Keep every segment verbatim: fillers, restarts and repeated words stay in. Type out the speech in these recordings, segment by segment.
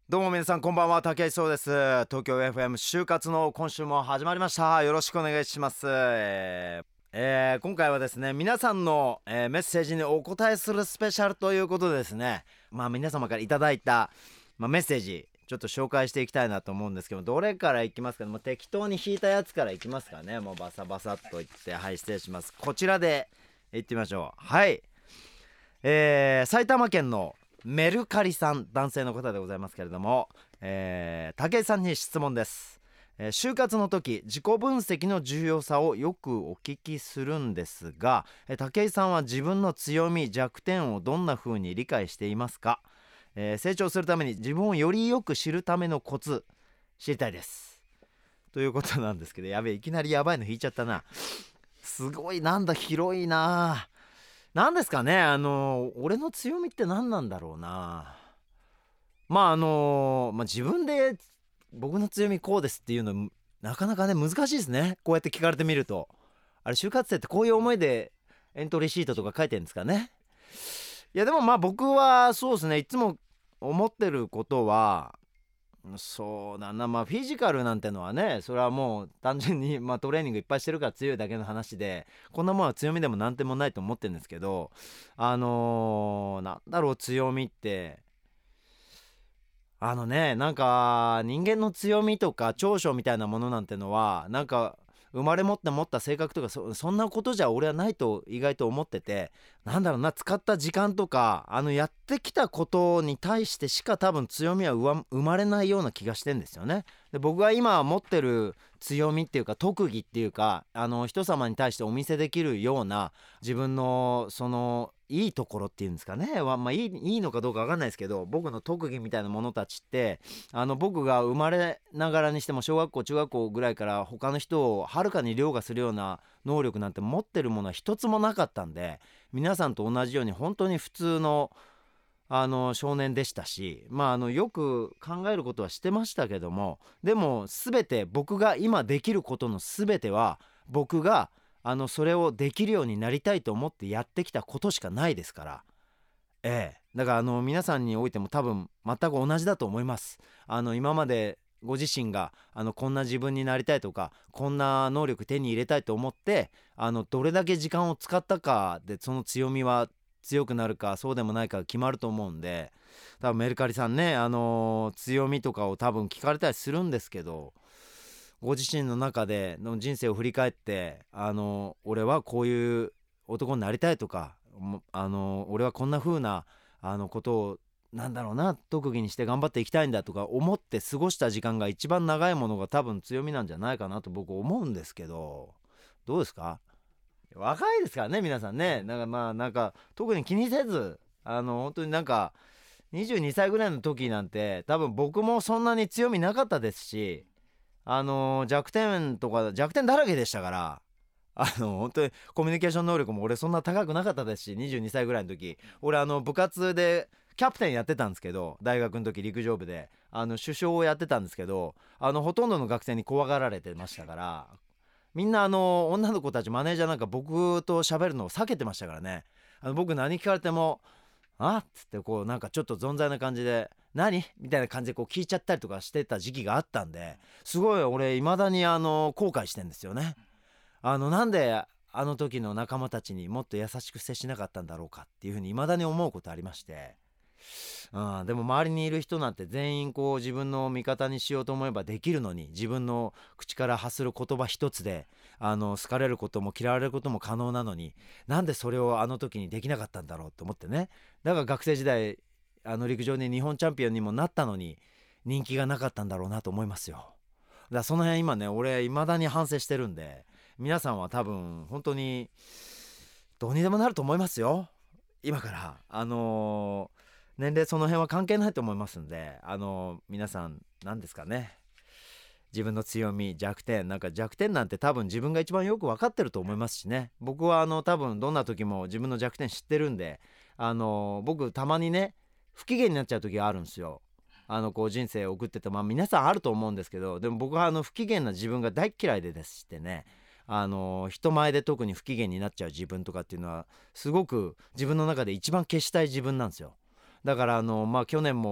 どうも皆さんこんばんは、竹井壮です。東京 エフエム 就活の今週も始まりました。よろしくお願いします。えーえー今回はですね、皆さんの、えーメッセージにお答えするスペシャルということでですね、まあ皆様からいただいた、まあ、メッセージちょっと紹介していきたいなと思うんですけど、どれからいきますかね。もう適当に引いたやつからいきますかね。もうバサバサっと言って、はい、失礼します。こちらでいってみましょう。はい、えー埼玉県のメルカリさん、男性の方でございますけれども、えー、武井さんに質問です。えー就活の時、自己分析の重要さをよくお聞きするんですが、えー武井さんは自分の強み弱点をどんな風に理解していますか？えー成長するために自分をよりよく知るためのコツ知りたいです、ということなんですけど、やべえ、いきなりやばいの引いちゃったな。すごい、なんだ、広いな。なんですかね、あの俺の強みって何なんだろうな。まああのまあ、自分で僕の強みこうですっていうのなかなかね難しいですね。こうやって聞かれてみると、あれ就活生ってこういう思いでエントリーシートとか書いてるんですかね。いやでもまあ僕はそうですね、いつも思ってることは、そうだな、まあフィジカルなんてのはね、それはもう単純にまあトレーニングいっぱいしてるから強いだけの話で、こんなものは強みでもなんでもないと思ってるんですけど、あのー、なんだろう、強みってあのね、なんか人間の強みとか長所みたいなものなんてのはなんか生まれ持って持った性格とか そ, そんなことじゃ俺はないと意外と思ってて、なんだろうな、使った時間とかあのやってきたことに対してしか多分強みはうわ生まれないような気がしてんですよね。で僕が今持ってる強みっていうか特技っていうか、あの人様に対してお見せできるような自分のそのいいところっていうんですかね、まあいい、いいのかどうか分かんないですけど、僕の特技みたいなものたちって、あの僕が生まれながらにしても小学校中学校ぐらいから他の人をはるかに凌駕するような能力なんて持ってるものは一つもなかったんで、皆さんと同じように本当に普通のあの少年でしたし、まああのよく考えることはしてましたけども、でも全て僕が今できることの全ては僕があのそれをできるようになりたいと思ってやってきたことしかないですから。ええ、だからあの皆さんにおいても多分全く同じだと思います。あの今までご自身があのこんな自分になりたいとかこんな能力手に入れたいと思って、あのどれだけ時間を使ったかでその強みは強くなるかそうでもないかが決まると思うんで、多分メルカリさんね、あの強みとかを多分聞かれたりするんですけど、ご自身の中での人生を振り返って、あの俺はこういう男になりたいとか、もあの俺はこんな風なあのことをなんだろうな特技にして頑張っていきたいんだとか思って過ごした時間が一番長いものが多分強みなんじゃないかなと僕思うんですけど、どうですか？若いですからね皆さんね。なんかまあなんか特に気にせず、あの本当になんかにじゅうにさいぐらいの時なんて多分僕もそんなに強みなかったですし、あの弱点とか弱点だらけでしたから、あの本当にコミュニケーション能力も俺そんな高くなかったですし、にじゅうにさいぐらいの時俺あの部活でキャプテンやってたんですけど、大学の時陸上部であの主将をやってたんですけど、あのほとんどの学生に怖がられてましたから、みんなあの女の子たちマネージャーなんか僕と喋るのを避けてましたからね。あの僕何聞かれてもあっつってこうなんかちょっと存在な感じで何みたいな感じでこう聞いちゃったりとかしてた時期があったんで、すごい俺未だにあの後悔してんですよね。あのなんであの時の仲間たちにもっと優しく接しなかったんだろうかっていうふうに未だに思うことありまして、うん、でも周りにいる人なんて全員こう自分の味方にしようと思えばできるのに、自分の口から発する言葉一つであの好かれることも嫌われることも可能なのに、なんでそれをあの時にできなかったんだろうと思ってね。だから学生時代あの陸上で日本チャンピオンにもなったのに人気がなかったんだろうなと思いますよ。だからその辺今ね俺未だに反省してるんで、皆さんは多分本当にどうにでもなると思いますよ今から。あのー年齢その辺は関係ないと思いますんで、あのー皆さん何ですかね、自分の強み弱点、なんか弱点なんて多分自分が一番よく分かってると思いますしね。僕はあの多分どんな時も自分の弱点知ってるんで、あのー僕たまにね不機嫌になっちゃう時があるんですよ。あのこう人生を送ってて、まあ皆さんあると思うんですけど、でも僕はあの不機嫌な自分が大っ嫌いでですしてね、あの人前で特に不機嫌になっちゃう自分とかっていうのはすごく自分の中で一番消したい自分なんですよ。だからあのまあ去年も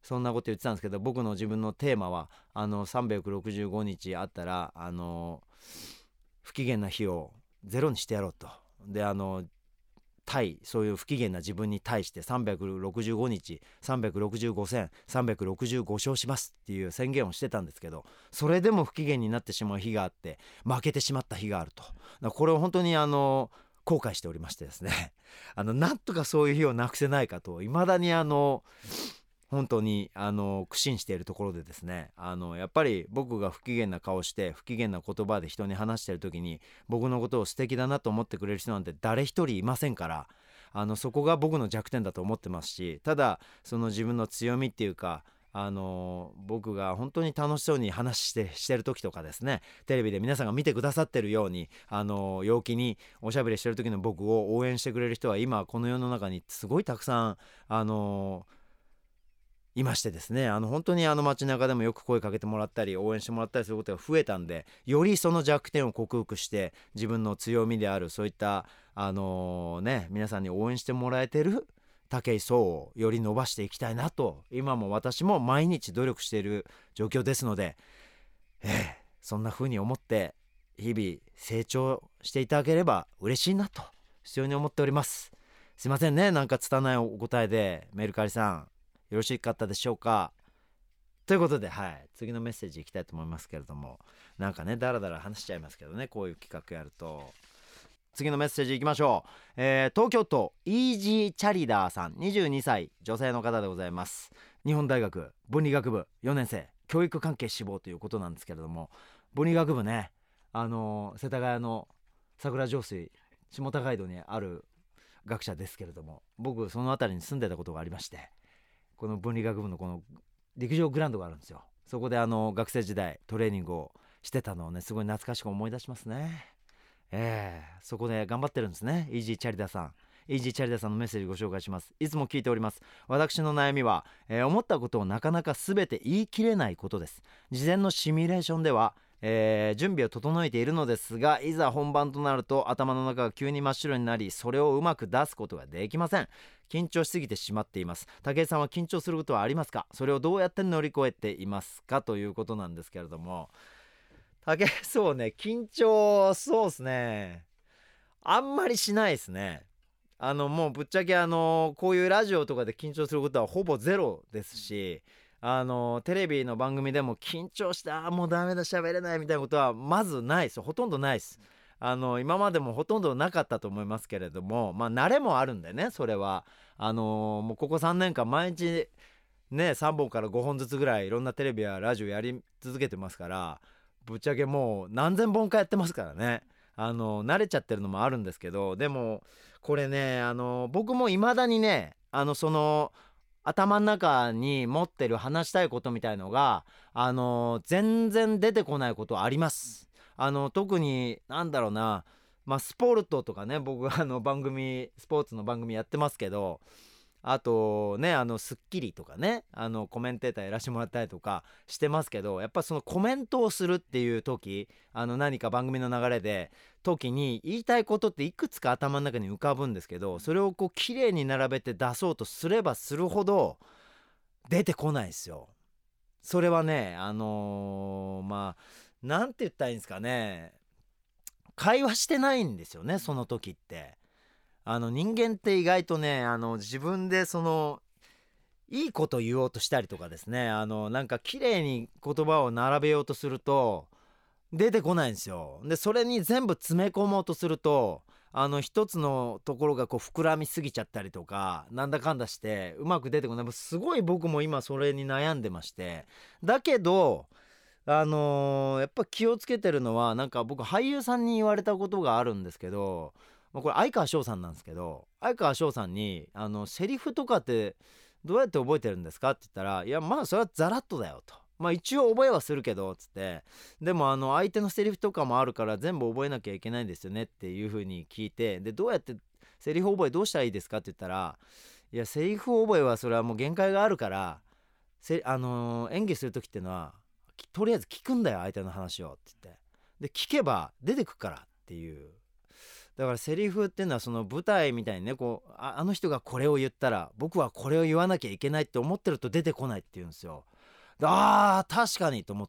そんなこと言ってたんですけど、僕の自分のテーマはあのさんびゃくろくじゅうごにちあったらあの不機嫌な日をゼロにしてやろうと。であの対そういう不機嫌な自分に対してさんびゃくろくじゅうごにちさんびゃくろくじゅうごせんさんびゃくろくじゅうご勝しますっていう宣言をしてたんですけど、それでも不機嫌になってしまう日があって負けてしまった日があると。だからこれを本当にあの後悔しておりましてですねあのなんとかそういう日をなくせないかと未だにあの本当にあの苦心しているところでですね、あのやっぱり僕が不機嫌な顔して不機嫌な言葉で人に話している時に僕のことを素敵だなと思ってくれる人なんて誰一人いませんから、あのそこが僕の弱点だと思ってますし、ただその自分の強みっていうか、あの僕が本当に楽しそうに話してしてる時とかですね、テレビで皆さんが見てくださってるようにあの陽気におしゃべりしてる時の僕を応援してくれる人は今この世の中にすごいたくさんあのいましてですね、あの本当にあの街中でもよく声かけてもらったり応援してもらったりすることが増えたんで、よりその弱点を克服して自分の強みであるそういったあのね皆さんに応援してもらえてる武井壮をより伸ばしていきたいなと、今も私も毎日努力している状況ですので、ええ、そんな風に思って日々成長していただければ嬉しいなと非常に思っております。すいませんね、なんか拙いお答えで。メルカリさんよろしかったでしょうか。ということで、はい、次のメッセージいきたいと思いますけれども、なんかねだらだら話しちゃいますけどね、こういう企画やると。次のメッセージいきましょう。えー、東京都イージーチャリダーさん、にじゅうにさい女性の方でございます。日本大学文理学部よねん生、教育関係志望ということなんですけれども、文理学部ね、あのー、世田谷の桜上水下高井戸にある学者ですけれども、僕その辺りに住んでたことがありまして、この文理学部のこの陸上グラウンドがあるんですよ。そこであの学生時代トレーニングをしてたのをねすごい懐かしく思い出しますね。えー、そこで頑張ってるんですね、イージーチャリダさん。イージーチャリダさんのメッセージご紹介します。いつも聞いております。私の悩みは、えー思ったことをなかなか全て言い切れないことです。事前のシミュレーションではえー準備を整えているのですが、いざ本番となると頭の中が急に真っ白になり、それをうまく出すことができません。緊張しすぎてしまっています。武井さんは緊張することはありますか？それをどうやって乗り越えていますか、ということなんですけれども、武井そうね緊張そうですね、あんまりしないですね。あのもうぶっちゃけあのこういうラジオとかで緊張することはほぼゼロですし、あのテレビの番組でも緊張してあーもうダメだ喋れないみたいなことはまずないです。ほとんどないです。あの今までもほとんどなかったと思いますけれども、まあ慣れもあるんでね、それはあのもうここさんねんかん毎日ねさんぼんからごほんずつぐらいいろんなテレビやラジオやり続けてますから、ぶっちゃけもう何千本かやってますからね、あの慣れちゃってるのもあるんですけど、でもこれねあの僕も未だにねあのその頭の中に持ってる話したいことみたいのがあの全然出てこないことあります。あの特になんだろうな、まあスポルトとかね、僕あの番組スポーツの番組やってますけど、あとねあのスッキリとかねあのコメンテーターやらせてもらったりとかしてますけど、やっぱそのコメントをするっていう時、あの何か番組の流れで時に言いたいことっていくつか頭の中に浮かぶんですけど、それをこう綺麗に並べて出そうとすればするほど出てこないですよ。それはねあのー、まあなんて言ったらいいんですかね、会話してないんですよねその時って。あの人間って意外とねあの自分でそのいいこと言おうとしたりとかですね、あのなんか綺麗に言葉を並べようとすると出てこないんですよ。でそれに全部詰め込もうとするとあの一つのところがこう膨らみすぎちゃったりとかなんだかんだしてうまく出てこない。すごい僕も今それに悩んでまして、だけどあのーやっぱ気をつけてるのは、なんか僕俳優さんに言われたことがあるんですけど、まあこれ相川翔さんなんですけど、相川翔さんにあのセリフとかってどうやって覚えてるんですかって言ったら、いやまあそれはザラッとだよと、まあ一応覚えはするけどつって、でもあの相手のセリフとかもあるから全部覚えなきゃいけないんですよねっていう風に聞いて、でどうやってセリフ覚えどうしたらいいですかって言ったら、いやセリフ覚えはそれはもう限界があるから、せあのー演技する時っていうのはとりあえず聞くんだよ相手の話をって言って、で聞けば出てくからっていうだからセリフっていうのはその舞台みたいにね、こう あ, あの人がこれを言ったら僕はこれを言わなきゃいけないって思ってると出てこないっていうんですよ。あー確かにと思って、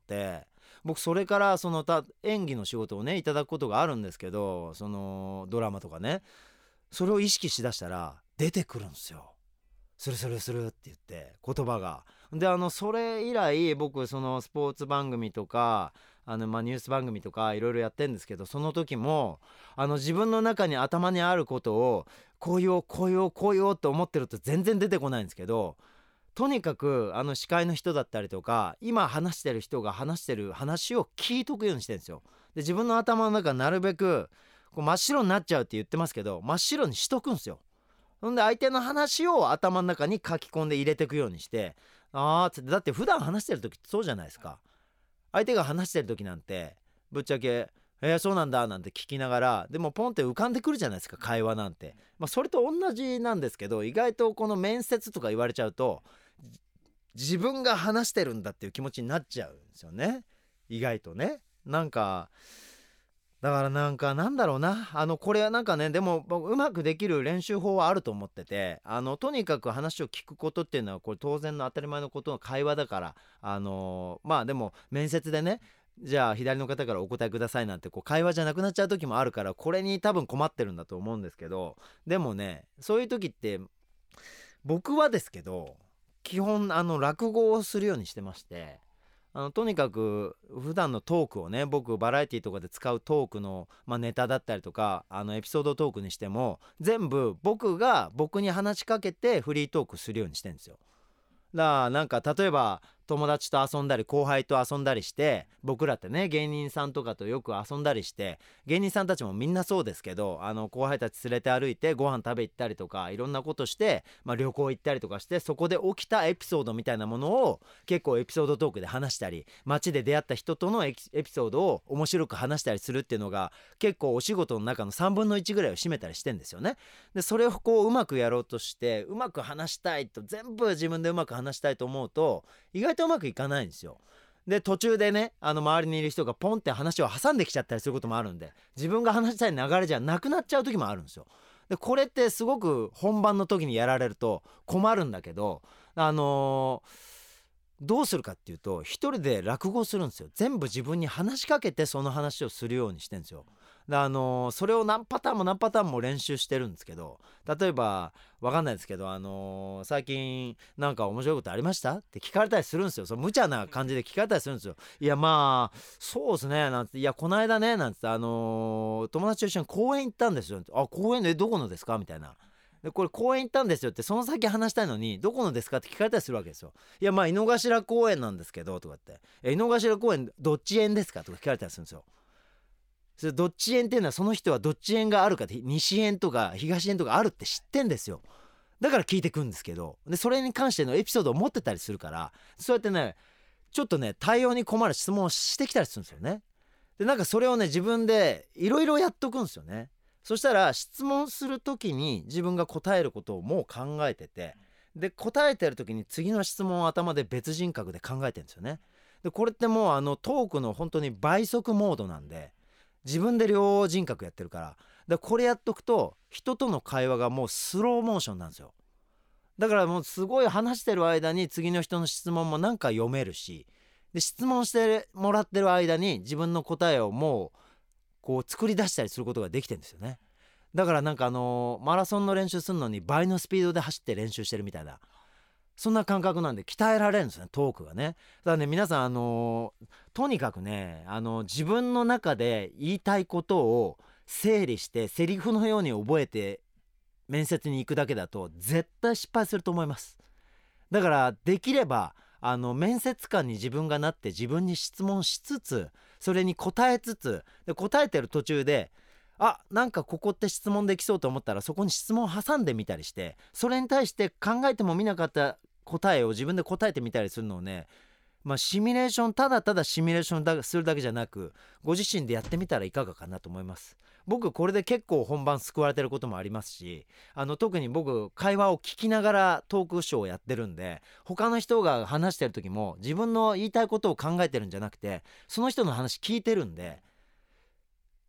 僕それからそのた演技の仕事をねいただくことがあるんですけど、そのドラマとかね、それを意識しだしたら出てくるんですよ。スルスルスルって言って言葉が。であのそれ以来僕そのスポーツ番組とかあのまあニュース番組とかいろいろやってるんですけど、その時もあの自分の中に頭にあることをこう言おうこう言おうこう言おうと思ってると全然出てこないんですけど、とにかくあの司会の人だったりとか今話してる人が話してる話を聞いとくようにしてるんですよ。で自分の頭の中なるべくこう真っ白になっちゃうって言ってますけど、真っ白にしとくんですよ。ほんで相手の話を頭の中に書き込んで入れていくようにして、あーっつって、だって普段話してる時ってそうじゃないですか。相手が話してる時なんてぶっちゃけえー、そうなんだなんて聞きながら、でもポンって浮かんでくるじゃないですか、会話なんて。まあそれと同じなんですけど、意外とこの面接とか言われちゃうと自分が話してるんだっていう気持ちになっちゃうんですよね、意外とね。なんかだからなんかなんだろうな、あのこれはなんかね、でも僕うまくできる練習法はあると思ってて、あのとにかく話を聞くことっていうのはこれ当然の当たり前のことの会話だから、あのーまあでも面接でね、じゃあ左の方からお答えくださいなんてこう会話じゃなくなっちゃう時もあるから、これに多分困ってるんだと思うんですけど、でもねそういう時って僕はですけど基本あの落語をするようにしてまして、あのとにかく普段のトークをね、僕バラエティとかで使うトークの、まあ、ネタだったりとかあのエピソードトークにしても全部僕が僕に話しかけてフリートークするようにしてるんですよ。だからなんか例えば友達と遊んだり後輩と遊んだりして、僕らってね芸人さんとかとよく遊んだりして、芸人さんたちもみんなそうですけど、あの後輩たち連れて歩いてご飯食べ行ったりとかいろんなことして、まあ、旅行行ったりとかして、そこで起きたエピソードみたいなものを結構エピソードトークで話したり、街で出会った人とのエピソードを面白く話したりするっていうのが結構お仕事の中のさんぶんのいちぐらいを占めたりしてんですよね。でそれをこううまくやろうとしてうまく話したいと、全部自分でうまく話したいと思うと意外とうまくいかないんですよ。で途中でねあの周りにいる人がポンって話を挟んできちゃったりすることもあるんで、自分が話したい流れじゃなくなっちゃう時もあるんですよ。でこれってすごく本番の時にやられると困るんだけど、あのーどうするかっていうと一人で落語するんですよ。全部自分に話しかけてその話をするようにしてるんですよ。であのーそれを何パターンも何パターンも練習してるんですけど、例えばわかんないですけど、あのー最近なんか面白いことありましたって聞かれたりするんですよ。そう無茶な感じで聞かれたりするんですよ。いやまあそうですねなんて、いやこの間ねなんて、あのー友達と一緒に公園行ったんですよ。あ公園でどこのですかみたいな。でこれ公園行ったんですよってその先話したいのにどこのですかって聞かれたりするわけですよ。いやまあ井の頭公園なんですけどとかって、え井の頭公園どっち園ですかとか聞かれたりするんですよ。それどっち園っていうのはその人はどっち園があるかって、西園とか東園とかあるって知ってんですよ。だから聞いてくんですけど、でそれに関してのエピソードを持ってたりするから、そうやってねちょっとね対応に困る質問をしてきたりするんですよね。でなんかそれをね自分でいろいろやっとくんですよね。そしたら質問する時に自分が答えることをもう考えてて、で答えてる時に次の質問を頭で別人格で考えてるんですよね。でこれってもうあのトークの本当に倍速モードなんで、自分で両人格やってるから、でこれやっとくと人との会話がもうスローモーションなんですよ。だからもうすごい話してる間に次の人の質問もなんか読めるし、で質問してもらってる間に自分の答えをもうこう作り出したりすることができてるんですよね。だからなんかあのーマラソンの練習するのに倍のスピードで走って練習してるみたいな、そんな感覚なんで鍛えられるんですね、トークがね。だからね皆さんあのーとにかくねあの自分の中で言いたいことを整理してセリフのように覚えて面接に行くだけだと絶対失敗すると思います。だからできればあの面接官に自分がなって自分に質問しつつそれに答えつつ、で答えてる途中であなんかここって質問できそうと思ったらそこに質問を挟んでみたりして、それに対して考えてもみなかった答えを自分で答えてみたりするのをね、まあシミュレーションただただシミュレーションだするだけじゃなくご自身でやってみたらいかがかなと思います。僕これで結構本番救われてることもありますし、あの特に僕会話を聞きながらトークショーをやってるんで、他の人が話してる時も自分の言いたいことを考えてるんじゃなくてその人の話聞いてるんで、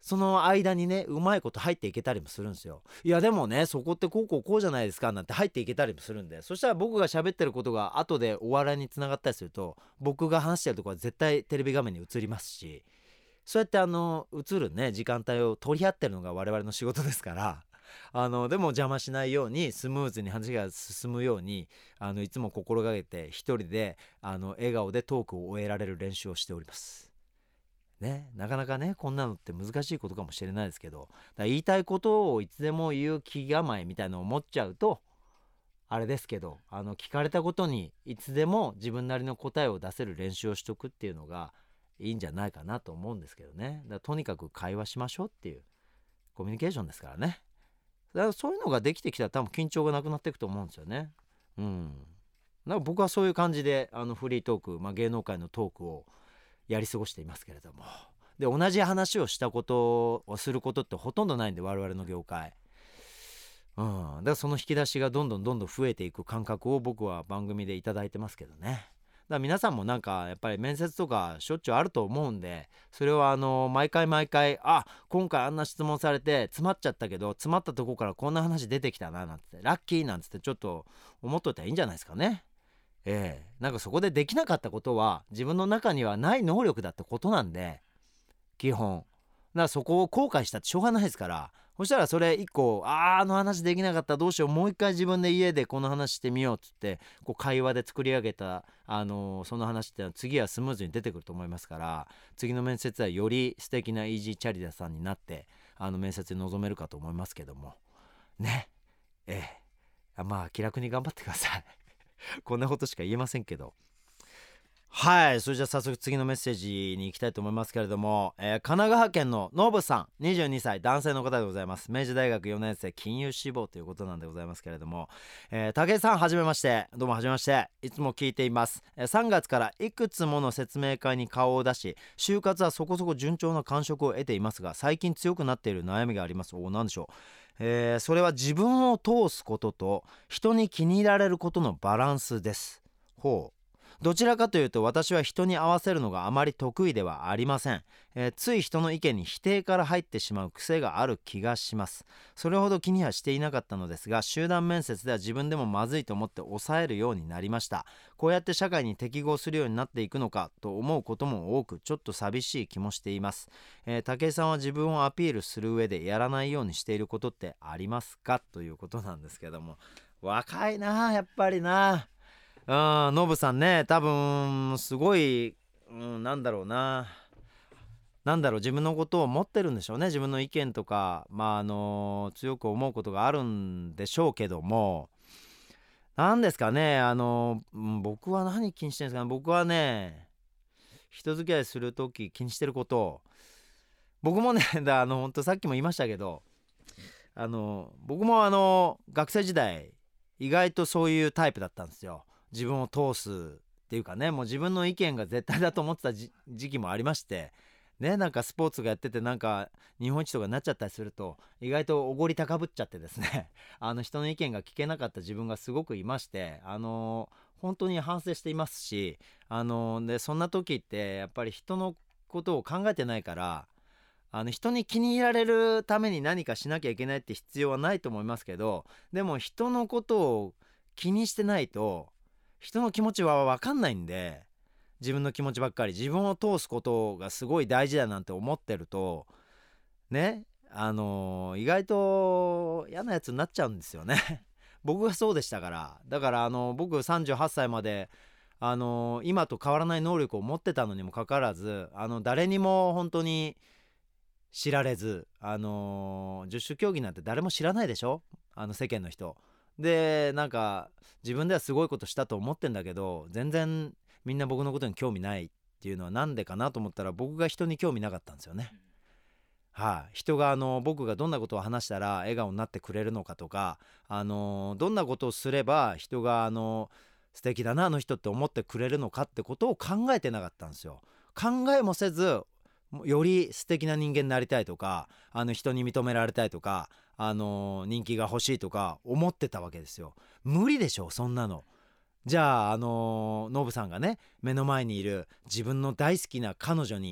その間にねうまいこと入っていけたりもするんですよ。いやでもねそこってこうこうこうじゃないですかなんて入っていけたりもするんで、そしたら僕が喋ってることが後でお笑いにつながったりすると、僕が話してるところは絶対テレビ画面に映りますし、そうやってあの映るね時間帯を取り合ってるのが我々の仕事ですから、あのでも邪魔しないようにスムーズに話が進むように、あのいつも心がけて一人であの笑顔でトークを終えられる練習をしておりますね。なかなかねこんなのって難しいことかもしれないですけど、だから言いたいことをいつでも言う気構えみたいなのを持っちゃうとあれですけど、あの聞かれたことにいつでも自分なりの答えを出せる練習をしとくっていうのがいいんじゃないかなと思うんですけどね。だからとにかく会話しましょうっていうコミュニケーションですからね。だからそういうのができてきたら多分緊張がなくなっていくと思うんですよね。うん。なんか僕はそういう感じであのフリートーク、まあ、芸能界のトークをやり過ごしていますけれども、で同じ話をしたことをすることってほとんどないんで我々の業界、うん、だからその引き出しがどんどんどんどん増えていく感覚を僕は番組でいただいてますけどね。だから皆さんもなんかやっぱり面接とかしょっちゅうあると思うんで、それはあの毎回毎回あ今回あんな質問されて詰まっちゃったけど詰まったとこからこんな話出てきたななんてラッキーなんつってちょっと思っといたらいいんじゃないですかね。ええ、なんかそこでできなかったことは自分の中にはない能力だってことなんで、基本だからそこを後悔したってしょうがないですから、そしたらそれ一個あーあの話できなかったどうしようもう一回自分で家でこの話してみようっつってこう会話で作り上げた、あのーその話ってのは次はスムーズに出てくると思いますから、次の面接はより素敵なイージーチャリダさんになってあの面接に臨めるかと思いますけどもね。ええ、まあ気楽に頑張ってくださいこんなことしか言えませんけど。はい、それじゃあ早速次のメッセージに行きたいと思いますけれども、えー神奈川県のノブさんにじゅうにさい男性の方でございます。明治大学よねん生金融志望ということなんでございますけれども、えー、武井さんはじめまして。どうもはじめまして。いつも聞いています。えーさんがつからいくつもの説明会に顔を出し、就活はそこそこ順調な感触を得ていますが、最近強くなっている悩みがあります。お、なんでしょう。えーそれは自分を通すことと人に気に入られることのバランスです。ほう。どちらかというと私は人に合わせるのがあまり得意ではありません。えーつい人の意見に否定から入ってしまう癖がある気がします。それほど気にはしていなかったのですが、集団面接では自分でもまずいと思って抑えるようになりました。こうやって社会に適合するようになっていくのかと思うことも多く、ちょっと寂しい気もしています。えー武井さんは自分をアピールする上でやらないようにしていることってありますかということなんですけども、若いなやっぱりな。うん、ノブさんね、多分すごい、うん、なんだろうな、なんだろう、自分のことを持ってるんでしょうね。自分の意見とか、まああの強く思うことがあるんでしょうけども、なんですかね、あの、うん、僕は何気にしてるんですかね。僕はね、人付き合いするとき気にしてること、僕もね、だあの本当さっきも言いましたけど、あの僕もあの学生時代意外とそういうタイプだったんですよ。自分を通すっていうかね、もう自分の意見が絶対だと思ってたじ時期もありましてね。なんかスポーツがやっててなんか日本一とかになっちゃったりすると意外とおごり高ぶっちゃってですねあの人の意見が聞けなかった自分がすごくいまして、あの本当に反省していますし、あのでそんな時ってやっぱり人のことを考えてないから、あの人に気に入られるために何かしなきゃいけないって必要はないと思いますけど、でも人のことを気にしてないと人の気持ちは分かんないんで、自分の気持ちばっかり自分を通すことがすごい大事だなんて思ってるとね、あのー意外と嫌なやつになっちゃうんですよね僕がそうでしたから。だからあの僕さんじゅうはっさいまであのー今と変わらない能力を持ってたのにもかかわらず、あの誰にも本当に知られず、あのー十種競技なんて誰も知らないでしょ、あの世間の人で。なんか自分ではすごいことしたと思ってんだけど全然みんな僕のことに興味ないっていうのはなんでかなと思ったら、僕が人に興味なかったんですよね。はい、人があの僕がどんなことを話したら笑顔になってくれるのかとか、あのどんなことをすれば人があの素敵だなあの人って思ってくれるのかってことを考えてなかったんですよ。考えもせずより素敵な人間になりたいとか、あの人に認められたいとか、あの人気が欲しいとか思ってたわけですよ。無理でしょそんなの。じゃああのノブさんがね目の前にいる自分の大好きな彼女に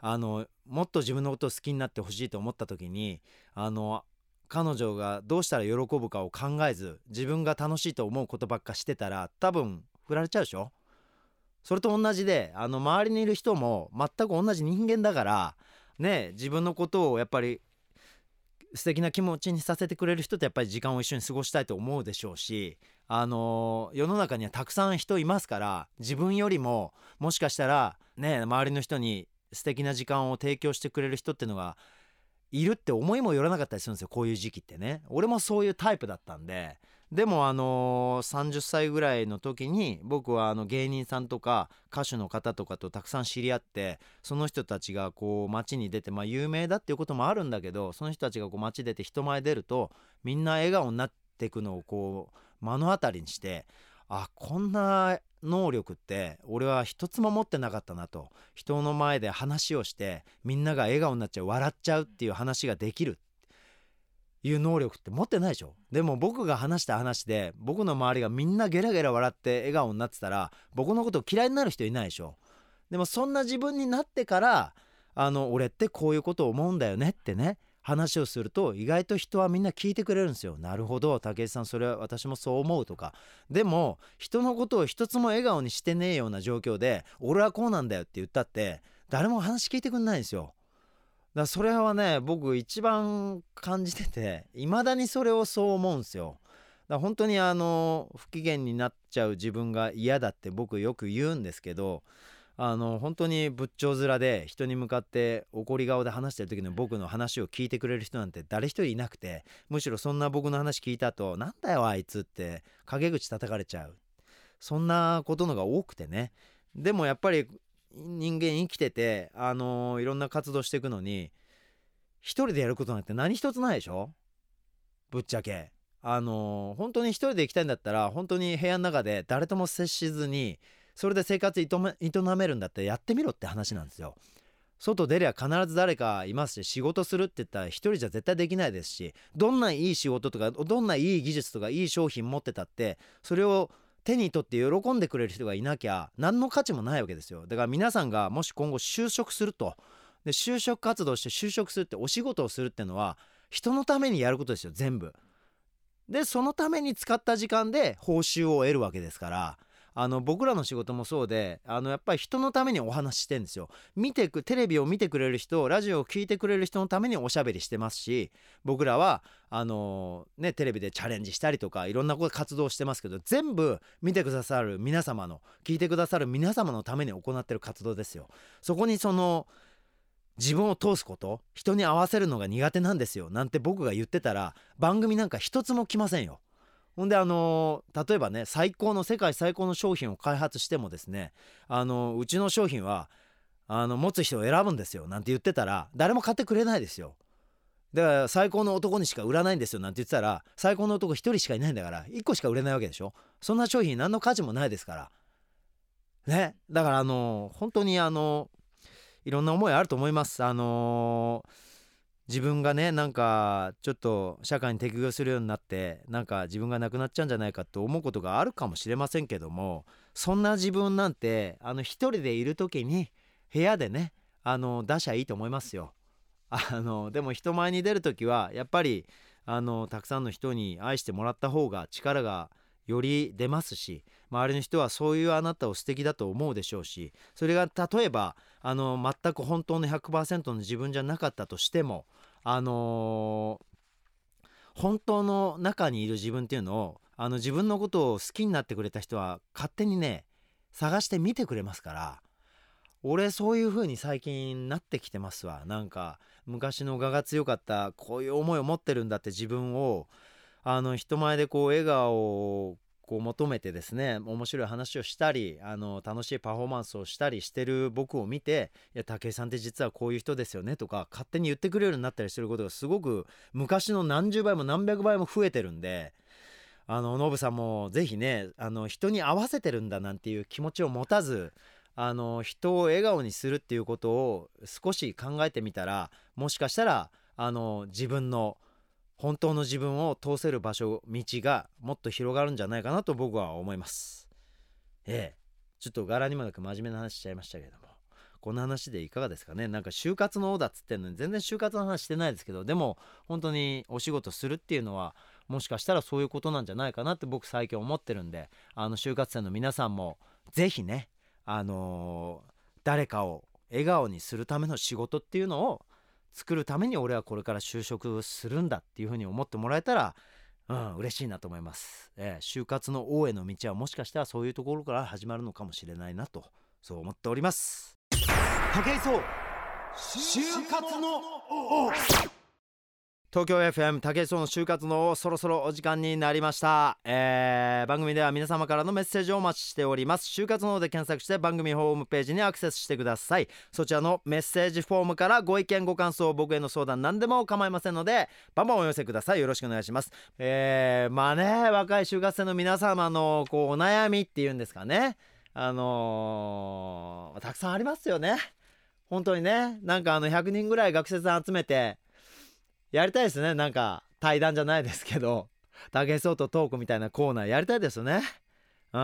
あのもっと自分のことを好きになってほしいと思った時に、あの彼女がどうしたら喜ぶかを考えず自分が楽しいと思うことばっかしてたら多分振られちゃうでしょ。それと同じで、あの周りにいる人も全く同じ人間だからね、自分のことをやっぱり素敵な気持ちにさせてくれる人とやっぱり時間を一緒に過ごしたいと思うでしょうし、あの世の中にはたくさん人いますから、自分よりももしかしたらね周りの人に素敵な時間を提供してくれる人っていうのがいるって思いもよらなかったりするんですよ、こういう時期ってね。俺もそういうタイプだったんで。でもあのーさんじゅっさいぐらいの時に僕はあの芸人さんとか歌手の方とかとたくさん知り合って、その人たちがこう街に出て、まあ有名だっていうこともあるんだけど、その人たちがこう街出て人前出るとみんな笑顔になっていくのをこう目の当たりにして、あ、こんな能力って俺は一つも持ってなかったなと。人の前で話をしてみんなが笑顔になっちゃう、笑っちゃうっていう話ができるいう能力って持ってないでしょ。でも僕が話した話で僕の周りがみんなゲラゲラ笑って笑顔になってたら僕のことを嫌いになる人いないでしょ。でもそんな自分になってから、あの俺ってこういうことを思うんだよねってね話をすると意外と人はみんな聞いてくれるんですよ。なるほど武井さん、それは私もそう思うとか。でも人のことを一つも笑顔にしてねえような状況で俺はこうなんだよって言ったって誰も話聞いてくんないんですよ。だからそれはね僕一番感じてて、未だにそれをそう思うんですよ。だから本当にあの不機嫌になっちゃう自分が嫌だって僕よく言うんですけど、あの本当に仏頂面で人に向かって怒り顔で話してる時の僕の話を聞いてくれる人なんて誰一人いなくて、むしろそんな僕の話聞いた後なんだよあいつって陰口叩かれちゃう、そんなことのが多くてね。でもやっぱり人間生きてて、あのーいろんな活動していくのに一人でやることなんて何一つないでしょ、ぶっちゃけ。あのー本当に一人で行きたいんだったら本当に部屋の中で誰とも接しずにそれで生活営め営めるんだってやってみろって話なんですよ。外出りゃ必ず誰かいますし、仕事するって言ったら一人じゃ絶対できないですし、どんないい仕事とかどんないい技術とかいい商品持ってたってそれを手に取って喜んでくれる人がいなきゃ何の価値もないわけですよ。だから皆さんがもし今後就職すると、で就職活動して就職するってお仕事をするってのは人のためにやることですよ全部。でそのために使った時間で報酬を得るわけですから、あの僕らの仕事もそうで、あのやっぱり人のためにお話ししてんですよ。見てくテレビを見てくれる人、ラジオを聞いてくれる人のためにおしゃべりしてますし、僕らはあのねテレビでチャレンジしたりとかいろんなこと活動してますけど、全部見てくださる皆様の、聞いてくださる皆様のために行ってる活動ですよ。そこにその自分を通すこと、人に合わせるのが苦手なんですよなんて僕が言ってたら番組なんか一つも来ませんよ。ほんであのー例えばね最高の世界最高の商品を開発してもですね、あのーうちの商品はあの持つ人を選ぶんですよなんて言ってたら誰も買ってくれないですよ。だから最高の男にしか売らないんですよなんて言ってたら最高の男一人しかいないんだから一個しか売れないわけでしょ。そんな商品何の価値もないですからね。だからあのー本当にあのーいろんな思いあると思います。あのー自分がねなんかちょっと社会に適応するようになってなんか自分がなくなっちゃうんじゃないかと思うことがあるかもしれませんけども、そんな自分なんてあの一人でいる時に部屋でねあの出しゃいいと思いますよ。あのでも人前に出る時はやっぱりあのたくさんの人に愛してもらった方が力がより出ますし、周りの人はそういうあなたを素敵だと思うでしょうし、それが例えばあの全く本当の ひゃくパーセント の自分じゃなかったとしても、あのー本当の中にいる自分っていうのをあの自分のことを好きになってくれた人は勝手にね探してみてくれますから、俺そういう風に最近なってきてますわ。なんか昔の我が強かったこういう思いを持ってるんだって自分をあの人前でこう笑顔をこう求めてですね面白い話をしたりあの楽しいパフォーマンスをしたりしてる僕を見て、いや武井さんって実はこういう人ですよねとか勝手に言ってくれるようになったりすることがすごく昔の何十倍も何百倍も増えてるんで、あのノブさんもぜひねあの人に合わせてるんだなんていう気持ちを持たず、あの人を笑顔にするっていうことを少し考えてみたら、もしかしたらあの自分の本当の自分を通せる場所道がもっと広がるんじゃないかなと僕は思います。ええちょっと柄にもなく真面目な話しちゃいましたけれども、 こんな話でいかがですかね。なんか就活の王だっつってんのに全然就活の話してないですけど、でも本当にお仕事するっていうのはもしかしたらそういうことなんじゃないかなって僕最近思ってるんで、あの就活生の皆さんもぜひね、あのー誰かを笑顔にするための仕事っていうのを作るために俺はこれから就職するんだっていうふうに思ってもらえたら、うん嬉しいなと思います、えー、就活の王への道はもしかしたらそういうところから始まるのかもしれないなと、そう思っております。武井壮就活の王、東京 エフエム 武井壮の就活の王、そろそろお時間になりました、えー、番組では皆様からのメッセージをお待ちしております。就活の王で検索して番組ホームページにアクセスしてください。そちらのメッセージフォームからご意見ご感想、僕への相談何でも構いませんのでバンバンお寄せください。よろしくお願いします。えー、まあね、若い就活生の皆様のこうお悩みっていうんですかね、あのー、たくさんありますよね本当にね。なんかあのひゃくにんぐらい学生さん集めてやりたいですね。なんか対談じゃないですけど武井壮とトークみたいなコーナーやりたいですよね。うん、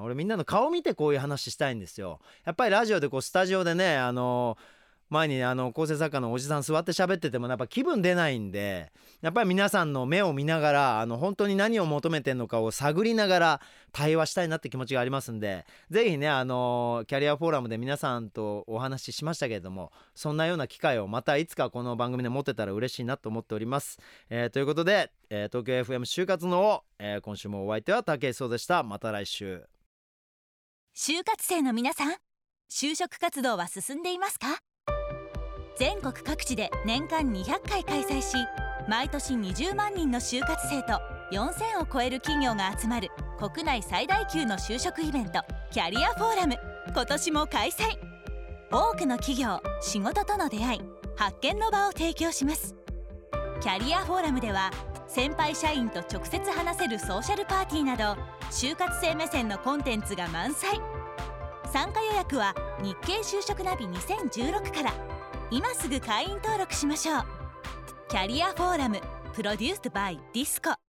俺みんなの顔見てこういう話したいんですよ。やっぱりラジオでこうスタジオでね、あの前にあの構成作家のおじさん座って喋っててもやっぱ気分出ないんで、やっぱり皆さんの目を見ながらあの本当に何を求めてんのかを探りながら対話したいなって気持ちがありますんで、ぜひね、あのキャリアフォーラムで皆さんとお話ししましたけれども、そんなような機会をまたいつかこの番組で持ってたら嬉しいなと思っております、えー、ということで、えー、東京 エフエム 就活の王、えー、今週もお相手は武井壮でした。また来週。 就活生の皆さん、就職活動は進んでいますか？全国各地で年間にひゃっかい開催し、毎年にじゅうまんにんの就活生とよんせんを超える企業が集まる国内最大級の就職イベント、キャリアフォーラム、今年も開催。多くの企業、仕事との出会い、発見の場を提供します。キャリアフォーラムでは先輩社員と直接話せるソーシャルパーティーなど就活生目線のコンテンツが満載。参加予約は日経就職ナビにせんじゅうろくから今すぐ会員登録しましょう。キャリアフォーラムプロデュースドバイディスコ。